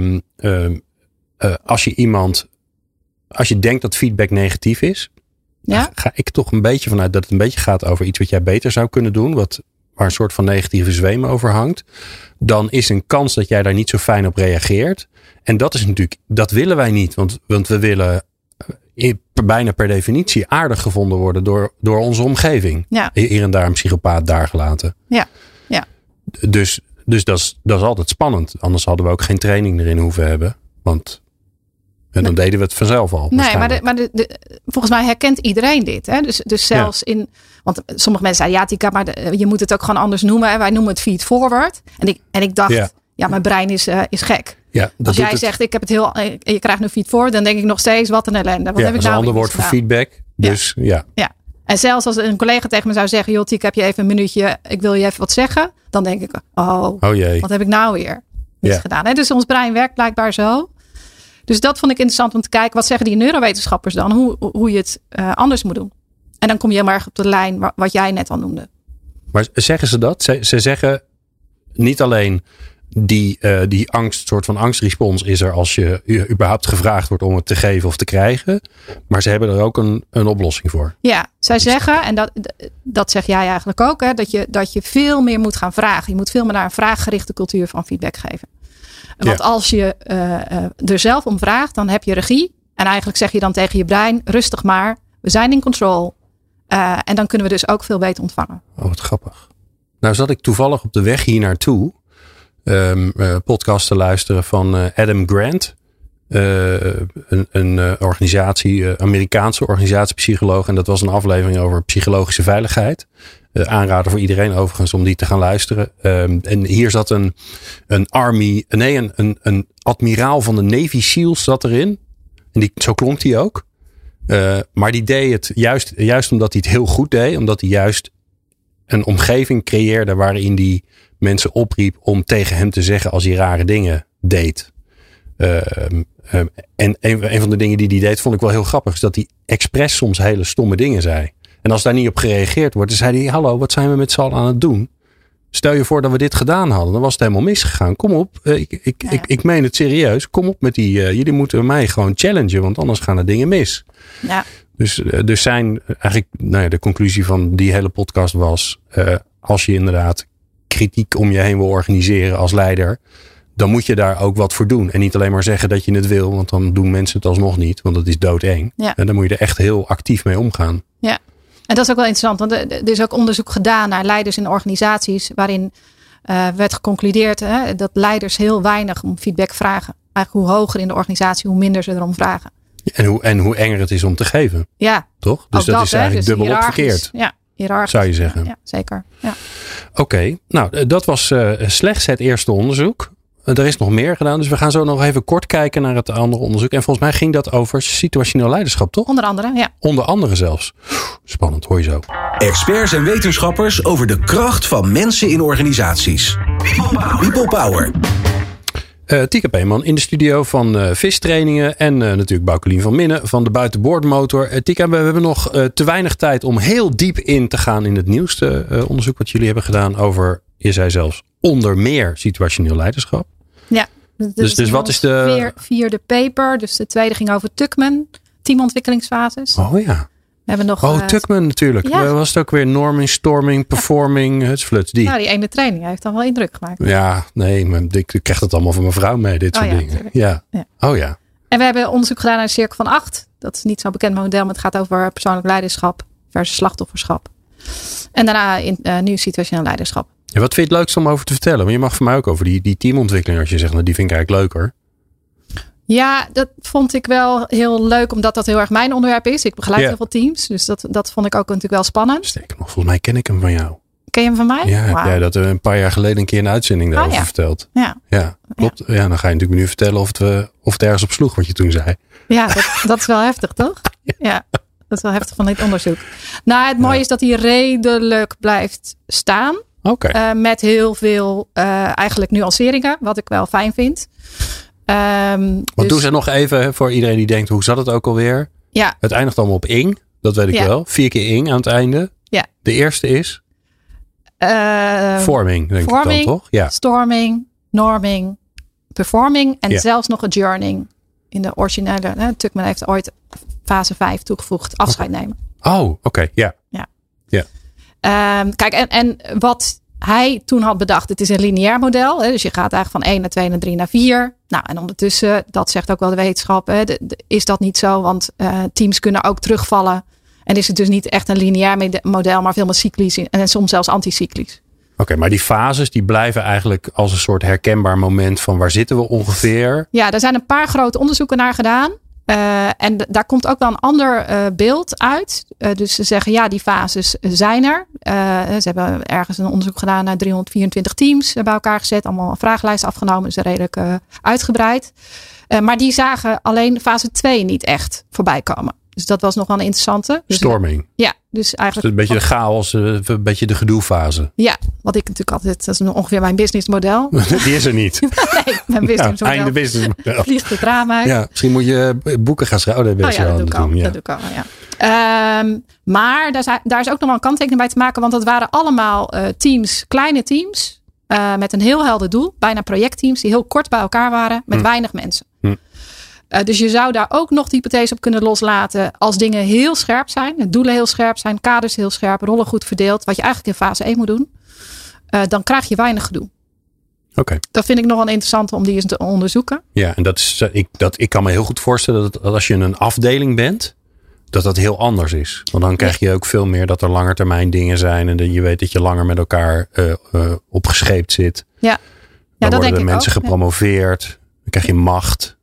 als je denkt dat feedback negatief is, ga ik toch een beetje vanuit dat het een beetje gaat over iets wat jij beter zou kunnen doen, waar een soort van negatieve zweem over hangt. Dan is een kans dat jij daar niet zo fijn op reageert. En dat is natuurlijk, dat willen wij niet. Want we willen bijna per definitie aardig gevonden worden door onze omgeving. Ja. Hier en daar een psychopaat daar gelaten. Ja. Dus dat is altijd spannend. Anders hadden we ook geen training erin hoeven hebben. En dan deden we het vanzelf al. Nee, maar volgens mij herkent iedereen dit. Hè? Dus zelfs in... Want sommige mensen zeiden, Tika, maar je moet het ook gewoon anders noemen. Hè? Wij noemen het feed forward. En ik dacht, mijn brein is gek. Ja, als jij zegt, ik heb het je krijgt nu feed forward, dan denk ik nog steeds, wat een ellende. Wat heb ik nou een ander woord voor feedback. Dus ja. En zelfs als een collega tegen me zou zeggen, joh, Tika, heb je even een minuutje, ik wil je even wat zeggen. Dan denk ik, oh jee, wat heb ik nou weer gedaan? Hè? Dus ons brein werkt blijkbaar zo. Dus dat vond ik interessant om te kijken. Wat zeggen die neurowetenschappers dan? Hoe je het anders moet doen. En dan kom je helemaal erg op de lijn wat jij net al noemde. Maar zeggen ze dat? Ze zeggen niet alleen die angst, soort van angstrespons is er als je überhaupt gevraagd wordt om het te geven of te krijgen. Maar ze hebben er ook een oplossing voor. Ja, zij zeggen, en dat zeg jij eigenlijk ook, hè, dat je veel meer moet gaan vragen. Je moet veel meer naar een vraaggerichte cultuur van feedback geven. Want als je er zelf om vraagt, dan heb je regie. En eigenlijk zeg je dan tegen je brein, rustig maar, we zijn in control. En dan kunnen we dus ook veel beter ontvangen. Oh, wat grappig. Nou zat ik toevallig op de weg hier naartoe podcast te luisteren van Adam Grant. Een organisatie, Amerikaanse organisatiepsycholoog. En dat was een aflevering over psychologische veiligheid. Aanrader voor iedereen overigens om die te gaan luisteren. En hier zat een admiraal van de Navy SEALs zat erin. En zo klonk hij ook. Maar die deed het juist omdat hij het heel goed deed. Omdat hij juist een omgeving creëerde waarin hij mensen opriep om tegen hem te zeggen als hij rare dingen deed. En een van de dingen die hij deed vond ik wel heel grappig. Is dat hij expres soms hele stomme dingen zei. En als daar niet op gereageerd wordt, dan zei hij: hallo, wat zijn we met z'n allen aan het doen? Stel je voor dat we dit gedaan hadden. Dan was het helemaal misgegaan. Kom op, ik meen het serieus. Kom op met die, jullie moeten mij gewoon challengen. Want anders gaan er dingen mis. Ja. Dus zijn eigenlijk, de conclusie van die hele podcast was: als je inderdaad kritiek om je heen wil organiseren als leider, dan moet je daar ook wat voor doen. En niet alleen maar zeggen dat je het wil, want dan doen mensen het alsnog niet. Want dat is doodeng. Ja. En dan moet je er echt heel actief mee omgaan. Ja, en dat is ook wel interessant. Want er is ook onderzoek gedaan naar leiders in organisaties, waarin werd geconcludeerd dat leiders heel weinig om feedback vragen. Eigenlijk hoe hoger in de organisatie, hoe minder ze erom vragen. En hoe enger het is om te geven. Ja. Toch? Dus dat is eigenlijk dus dubbelop verkeerd. Ja, hiërarchisch. Zou je zeggen. Ja, zeker. Ja. Oké, nou dat was slechts het eerste onderzoek. Er is nog meer gedaan, dus we gaan zo nog even kort kijken naar het andere onderzoek. En volgens mij ging dat over situationeel leiderschap, toch? Onder andere, ja. Onder andere zelfs. Spannend, hoor je zo. Experts en wetenschappers over de kracht van mensen in organisaties. People Power. Tika Peeman in de studio van VIS Trainingen en natuurlijk Boukelien van Minnen van de Buitenboordmotor. Tika, we hebben nog te weinig tijd om heel diep in te gaan in het nieuwste onderzoek wat jullie hebben gedaan over, je zei zelfs, onder meer situationeel leiderschap. Ja, dus wat is de vierde paper? Dus de tweede ging over Tuckman, teamontwikkelingsfases. Oh ja. We hebben nog, Tuckman natuurlijk. Ja. Was het ook weer norming, storming, performing, hutsfluts, die. Nou, die ene training heeft dan wel indruk gemaakt. Ja, nee, maar ik krijg dat allemaal van mijn vrouw mee, dit soort dingen. Ja. Oh ja. En we hebben onderzoek gedaan naar de cirkel van 8. Dat is niet zo'n bekend model, maar het gaat over persoonlijk leiderschap versus slachtofferschap. En daarna nu situationeel leiderschap. Ja, wat vind je het leukst om over te vertellen? Want je mag van mij ook over die teamontwikkeling, als je zegt, nou, die vind ik eigenlijk leuker. Ja, dat vond ik wel heel leuk, omdat dat heel erg mijn onderwerp is. Ik begeleid heel veel teams, dus dat vond ik ook natuurlijk wel spannend. Sterker nog, volgens mij ken ik hem van jou. Ken je hem van mij? Ja, heb jij dat een paar jaar geleden een keer een uitzending daarover verteld. Ja, klopt. Ja, dan ga je natuurlijk nu vertellen of het ergens op sloeg wat je toen zei. Ja, dat is wel heftig, toch? Ja, dat is wel heftig van dit onderzoek. Nou, het mooie is dat hij redelijk blijft staan. Okay. Met heel veel eigenlijk nuanceringen, wat ik wel fijn vind. Want doe ze nog even voor iedereen die denkt, hoe zat het ook alweer? Ja. Het eindigt allemaal op ing. Dat weet ik wel. 4 keer ing aan het einde. Ja. De eerste is? Forming, denk ik dan, toch? Ja. Storming, norming, performing en zelfs nog adjourning. In de originele, Tuckman heeft ooit fase 5 toegevoegd, afscheid nemen. Oh, oké. Ja. Kijk, en wat hij toen had bedacht, het is een lineair model. Dus je gaat eigenlijk van 1 naar 2 naar 3 naar 4. Nou, en ondertussen, dat zegt ook wel de wetenschap, is dat niet zo. Want teams kunnen ook terugvallen. En is het dus niet echt een lineair model, maar veel meer cyclisch en soms zelfs anticyclisch. Oké, maar die fases die blijven eigenlijk als een soort herkenbaar moment van waar zitten we ongeveer? Ja, daar zijn een paar grote onderzoeken naar gedaan. En daar komt ook wel een ander beeld uit. Dus ze zeggen, die fases zijn er. Ze hebben ergens een onderzoek gedaan naar 324 teams bij elkaar gezet. Allemaal een vragenlijst afgenomen. Dus redelijk uitgebreid. Maar die zagen alleen fase 2 niet echt voorbij komen. Dus dat was nog wel een interessante. Storming. Ja, dus eigenlijk. Een beetje de chaos, een beetje de gedoefase. Ja, wat ik natuurlijk altijd, dat is ongeveer mijn businessmodel. Die is er niet. Nee, mijn businessmodel. Einde businessmodel. Vliegt het raam uit. Ja, misschien moet je boeken gaan schrijven. Dat doe ik al. Dat doe ik al, ja. Maar daar is ook nog wel een kanttekening bij te maken. Want dat waren allemaal teams, kleine teams. Met een heel helder doel. Bijna projectteams die heel kort bij elkaar waren. Met weinig mensen. Dus je zou daar ook nog de hypothese op kunnen loslaten. Als dingen heel scherp zijn. Doelen heel scherp zijn. Kaders heel scherp. Rollen goed verdeeld. Wat je eigenlijk in fase 1 moet doen. Dan krijg je weinig gedoe. Okay. Dat vind ik nog wel interessant om die eens te onderzoeken. Ja, en ik kan me heel goed voorstellen dat als je een afdeling bent. Dat heel anders is. Want dan krijg je ook veel meer dat er langetermijn dingen zijn. En dat je weet dat je langer met elkaar opgescheept zit. Ja, dan dat worden denk ik mensen ook. gepromoveerd. Dan krijg je macht.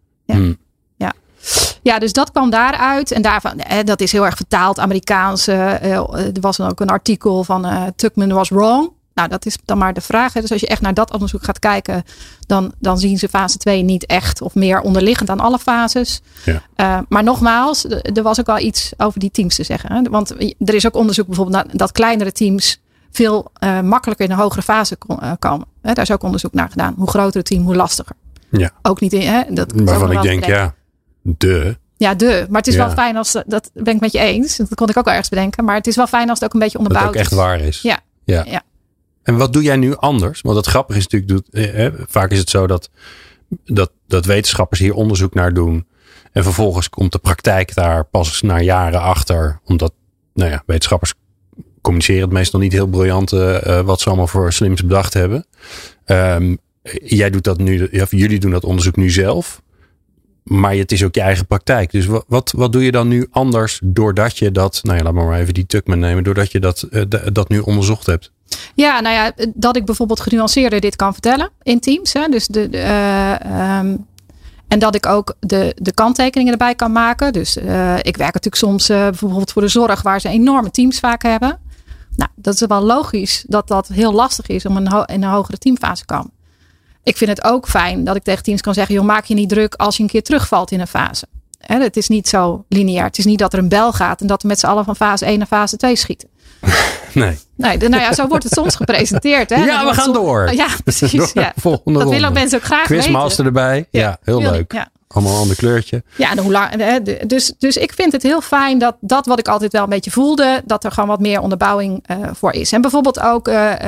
Ja, dus dat kwam daaruit. En daarvan, dat is heel erg vertaald Amerikaans. Er was dan ook een artikel van Tuckman was wrong. Nou, dat is dan maar de vraag. Hè. Dus als je echt naar dat onderzoek gaat kijken, dan zien ze fase 2 niet echt of meer onderliggend aan alle fases. Ja. Maar nogmaals, er was ook wel iets over die teams te zeggen. Hè. Want er is ook onderzoek bijvoorbeeld naar dat kleinere teams veel makkelijker in een hogere fase komen. Hè, daar is ook onderzoek naar gedaan. Hoe groter het team, hoe lastiger. Ja. Ook niet in. Hè, waarvan ik denk, Ja, maar het is wel fijn als, dat ben ik met je eens. Dat kon ik ook wel ergens bedenken. Maar het is wel fijn als het ook een beetje onderbouwd is. Dat het ook echt waar is. Ja. En wat doe jij nu anders? Want het grappige is natuurlijk, vaak is het zo dat wetenschappers hier onderzoek naar doen. En vervolgens komt de praktijk daar pas na jaren achter. Omdat, wetenschappers communiceren het meestal niet heel briljant wat ze allemaal voor slims bedacht hebben. Jij doet dat nu, jullie doen dat onderzoek nu zelf. Maar het is ook je eigen praktijk. Dus wat doe je dan nu anders doordat je dat, laat maar even die Tuckman nemen, doordat je dat nu onderzocht hebt? Ja, dat ik bijvoorbeeld genuanceerder dit kan vertellen in teams. Hè. Dus en dat ik ook de kanttekeningen erbij kan maken. Dus ik werk natuurlijk soms bijvoorbeeld voor de zorg, waar ze enorme teams vaak hebben. Nou, dat is wel logisch dat heel lastig is om in een hogere teamfase te komen. Ik vind het ook fijn dat ik tegen teams kan zeggen, joh, maak je niet druk als je een keer terugvalt in een fase. Het is niet zo lineair. Het is niet dat er een bel gaat en dat we met z'n allen van fase 1 naar fase 2 schieten. Nee, zo wordt het soms gepresenteerd. Hè? Ja, we gaan door. Ja, precies. Ja. Volgende dat willen ook mensen ook graag weten. Quizmaster erbij. Ja, heel leuk. Ja. Allemaal een ander kleurtje. Ja, en hoe lang, dus ik vind het heel fijn dat wat ik altijd wel een beetje voelde, dat er gewoon wat meer onderbouwing voor is. En bijvoorbeeld ook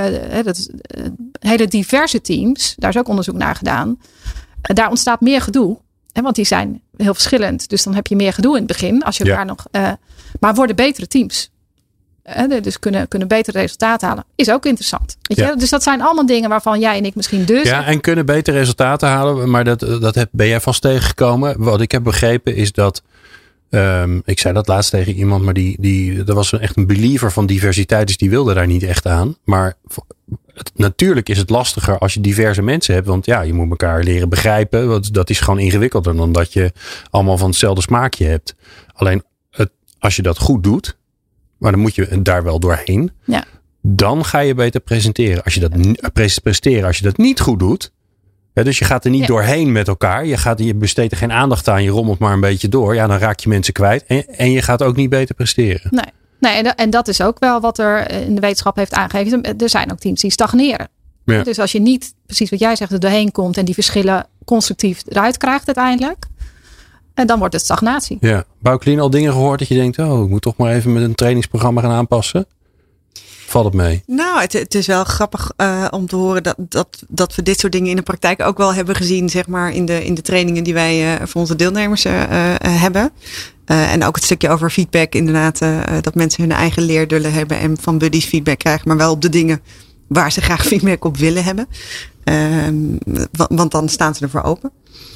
hele diverse teams, daar is ook onderzoek naar gedaan. Daar ontstaat meer gedoe. Want die zijn heel verschillend. Dus dan heb je meer gedoe in het begin. Als je elkaar nog. Maar worden betere teams. Dus kunnen betere resultaten halen. Is ook interessant. Weet je? Dus dat zijn allemaal dingen waarvan jij en ik misschien dus. Ja, en kunnen betere resultaten halen. Maar ben jij vast tegengekomen. Wat ik heb begrepen is dat. Ik zei dat laatst tegen iemand. Maar dat was echt een believer van diversiteit. Dus die wilde daar niet echt aan. Maar natuurlijk is het lastiger als je diverse mensen hebt. Want je moet elkaar leren begrijpen. Want dat is gewoon ingewikkelder dan dat je allemaal van hetzelfde smaakje hebt. Alleen als je dat goed doet. Maar dan moet je daar wel doorheen. Ja. Dan ga je beter presenteren. Als je dat niet goed doet. Dus je gaat er niet doorheen met elkaar. Je besteedt er geen aandacht aan. Je rommelt maar een beetje door. Ja, dan raak je mensen kwijt. En je gaat ook niet beter presteren. Nee, en dat is ook wel wat er in de wetenschap heeft aangegeven. Er zijn ook teams die stagneren. Ja. Dus als je niet, precies wat jij zegt, er doorheen komt. En die verschillen constructief eruit krijgt uiteindelijk. En dan wordt het stagnatie. Ja. Bouwklien, al dingen gehoord dat je denkt, ik moet toch maar even met een trainingsprogramma gaan aanpassen? Valt het mee? Nou, het is wel grappig om te horen dat we dit soort dingen in de praktijk ook wel hebben gezien, zeg maar, in de trainingen die wij voor onze deelnemers hebben. En ook het stukje over feedback, inderdaad, dat mensen hun eigen leerdullen hebben en van buddies feedback krijgen, maar wel op de dingen waar ze graag feedback op willen hebben. Want dan staan ze ervoor open.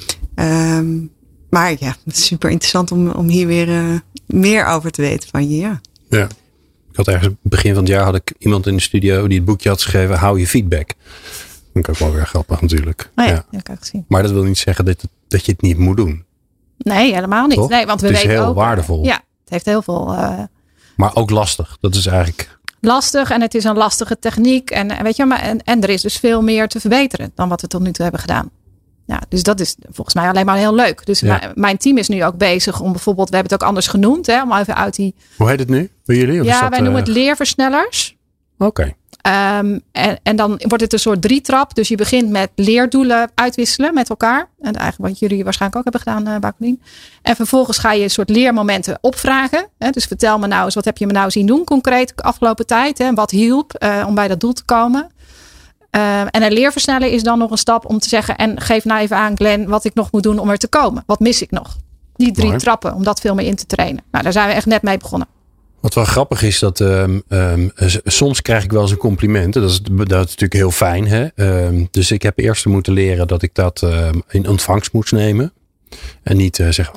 Maar ja, het is super interessant om hier weer meer over te weten van je. Ja. Ik had ergens begin van het jaar had ik iemand in de studio die het boekje had geschreven, hou je feedback. Dat vind ik ook wel weer grappig natuurlijk. Oh ja, dat kan ik zien. Maar dat wil niet zeggen dat je het niet moet doen. Nee, helemaal niet. Toch? Nee, want het is heel waardevol. Ja, het heeft heel veel. Maar ook lastig. Dat is eigenlijk. Lastig en het is een lastige techniek. En weet je, en er is dus veel meer te verbeteren dan wat we tot nu toe hebben gedaan. Ja, dus dat is volgens mij alleen maar heel leuk. Dus mijn team is nu ook bezig om bijvoorbeeld, we hebben het ook anders genoemd, hè, om even uit die. Hoe heet het nu bij jullie? Of wij noemen het leerversnellers. Oké. En dan wordt het een soort 3-trap. Dus je begint met leerdoelen uitwisselen met elkaar. En eigenlijk wat jullie waarschijnlijk ook hebben gedaan, Bouwklien. En vervolgens ga je een soort leermomenten opvragen. Dus vertel me nou eens, wat heb je me nou zien doen concreet de afgelopen tijd? Hè? Wat hielp om bij dat doel te komen? En een leerversneller is dan nog een stap om te zeggen, en geef nou even aan Glenn wat ik nog moet doen om er te komen. Wat mis ik nog? Die 3 trappen, om dat veel meer in te trainen. Nou, daar zijn we echt net mee begonnen. Wat wel grappig is, dat soms krijg ik wel eens een compliment. Dat is natuurlijk heel fijn. Hè? Dus ik heb eerst moeten leren dat ik dat in ontvangst moest nemen. En niet zeggen,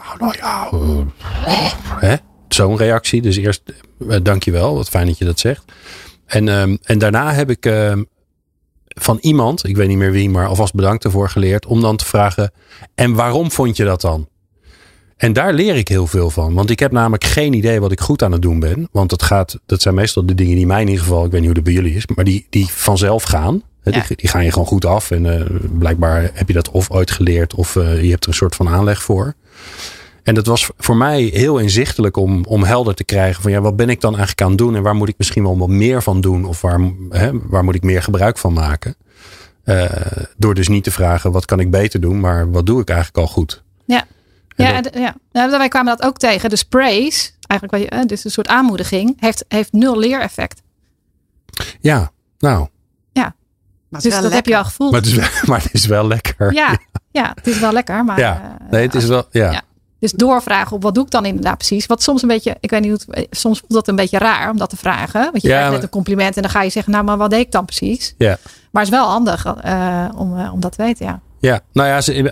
zo'n reactie. Dus eerst, dankjewel, wat fijn dat je dat zegt. En daarna heb ik van iemand, ik weet niet meer wie, maar alvast bedankt ervoor geleerd, om dan te vragen, en waarom vond je dat dan? En daar leer ik heel veel van. Want ik heb namelijk geen idee wat ik goed aan het doen ben. Want dat zijn meestal de dingen die mij in ieder geval, ik weet niet hoe dat bij jullie is, maar die vanzelf gaan. Ja. Die gaan je gewoon goed af. En blijkbaar heb je dat of ooit geleerd of je hebt er een soort van aanleg voor. En dat was voor mij heel inzichtelijk om helder te krijgen van wat ben ik dan eigenlijk aan het doen en waar moet ik misschien wel wat meer van doen of waar moet ik meer gebruik van maken. Door dus niet te vragen wat kan ik beter doen, maar wat doe ik eigenlijk al goed. Ja. Wij kwamen dat ook tegen. De sprays, eigenlijk dus een soort aanmoediging, heeft 0 leereffect. Ja, nou. Ja, dus dat heb je al gevoeld. Maar het is wel lekker. Ja, het is wel lekker. Maar, het is wel, ja. Dus doorvragen op wat doe ik dan inderdaad precies. Wat soms een beetje, ik weet niet hoe soms voelt dat een beetje raar om dat te vragen. Want je krijgt net een compliment en dan ga je zeggen, nou maar wat deed ik dan precies? Ja. Maar het is wel handig om dat te weten, ja. Ja, nou ja,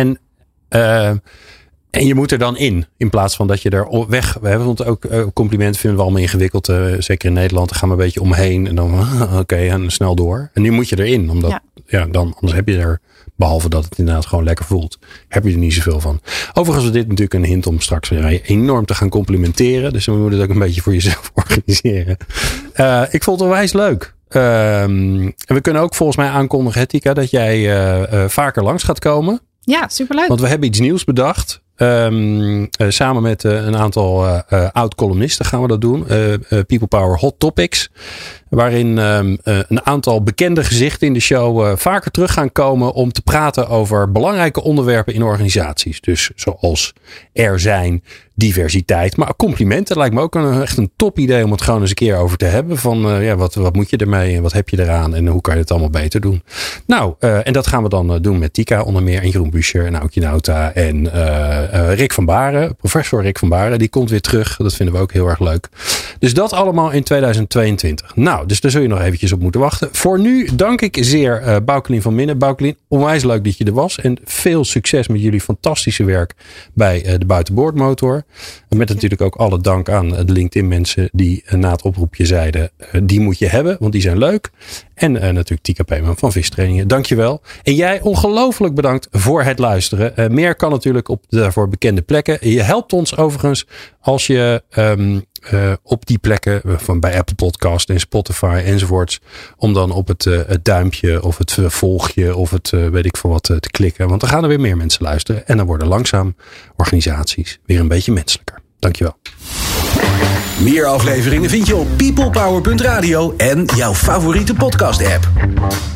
en je moet er dan in plaats van dat je er weg. We hebben ook complimenten vinden we allemaal ingewikkeld. Zeker in Nederland, daar gaan we een beetje omheen. En dan en snel door. En nu moet je erin. Omdat dan anders heb je er, behalve dat het inderdaad gewoon lekker voelt, heb je er niet zoveel van. Overigens is dit natuurlijk een hint om straks weer enorm te gaan complimenteren. Dus we moeten het ook een beetje voor jezelf organiseren. Ik vond het onwijs leuk. En we kunnen ook volgens mij aankondigen, Tika, dat jij vaker langs gaat komen. Ja, superleuk. Want we hebben iets nieuws bedacht. Samen met een aantal oud-columnisten gaan we dat doen. People Power Hot Topics. Waarin een aantal bekende gezichten in de show vaker terug gaan komen om te praten over belangrijke onderwerpen in organisaties. Dus zoals er zijn, diversiteit. Maar complimenten lijkt me ook echt een top idee om het gewoon eens een keer over te hebben. Van wat moet je ermee en wat heb je eraan en hoe kan je het allemaal beter doen. Nou, en dat gaan we dan doen met Tika onder meer en Jeroen Buescher en Aukje Nauta en Rick van Baren. Professor Rick van Baren, die komt weer terug. Dat vinden we ook heel erg leuk. Dus dat allemaal in 2022. Nou, dus daar zul je nog eventjes op moeten wachten. Voor nu dank ik zeer Boukelien van Minnen. Boukelien, onwijs leuk dat je er was. En veel succes met jullie fantastische werk bij de Buitenboordmotor. En met natuurlijk ook alle dank aan de LinkedIn mensen die na het oproepje zeiden, die moet je hebben, want die zijn leuk. En natuurlijk Tika Peeman van Vistrainingen. Dankjewel. En jij ongelooflijk bedankt voor het luisteren. Meer kan natuurlijk op daarvoor bekende plekken. Je helpt ons overigens als je op die plekken van bij Apple Podcast en Spotify enzovoorts, om dan op het duimpje of het volgje of het weet ik veel wat te klikken. Want dan gaan er weer meer mensen luisteren. En dan worden langzaam organisaties weer een beetje menselijker. Dankjewel. Meer afleveringen vind je op peoplepower.radio en jouw favoriete podcast app.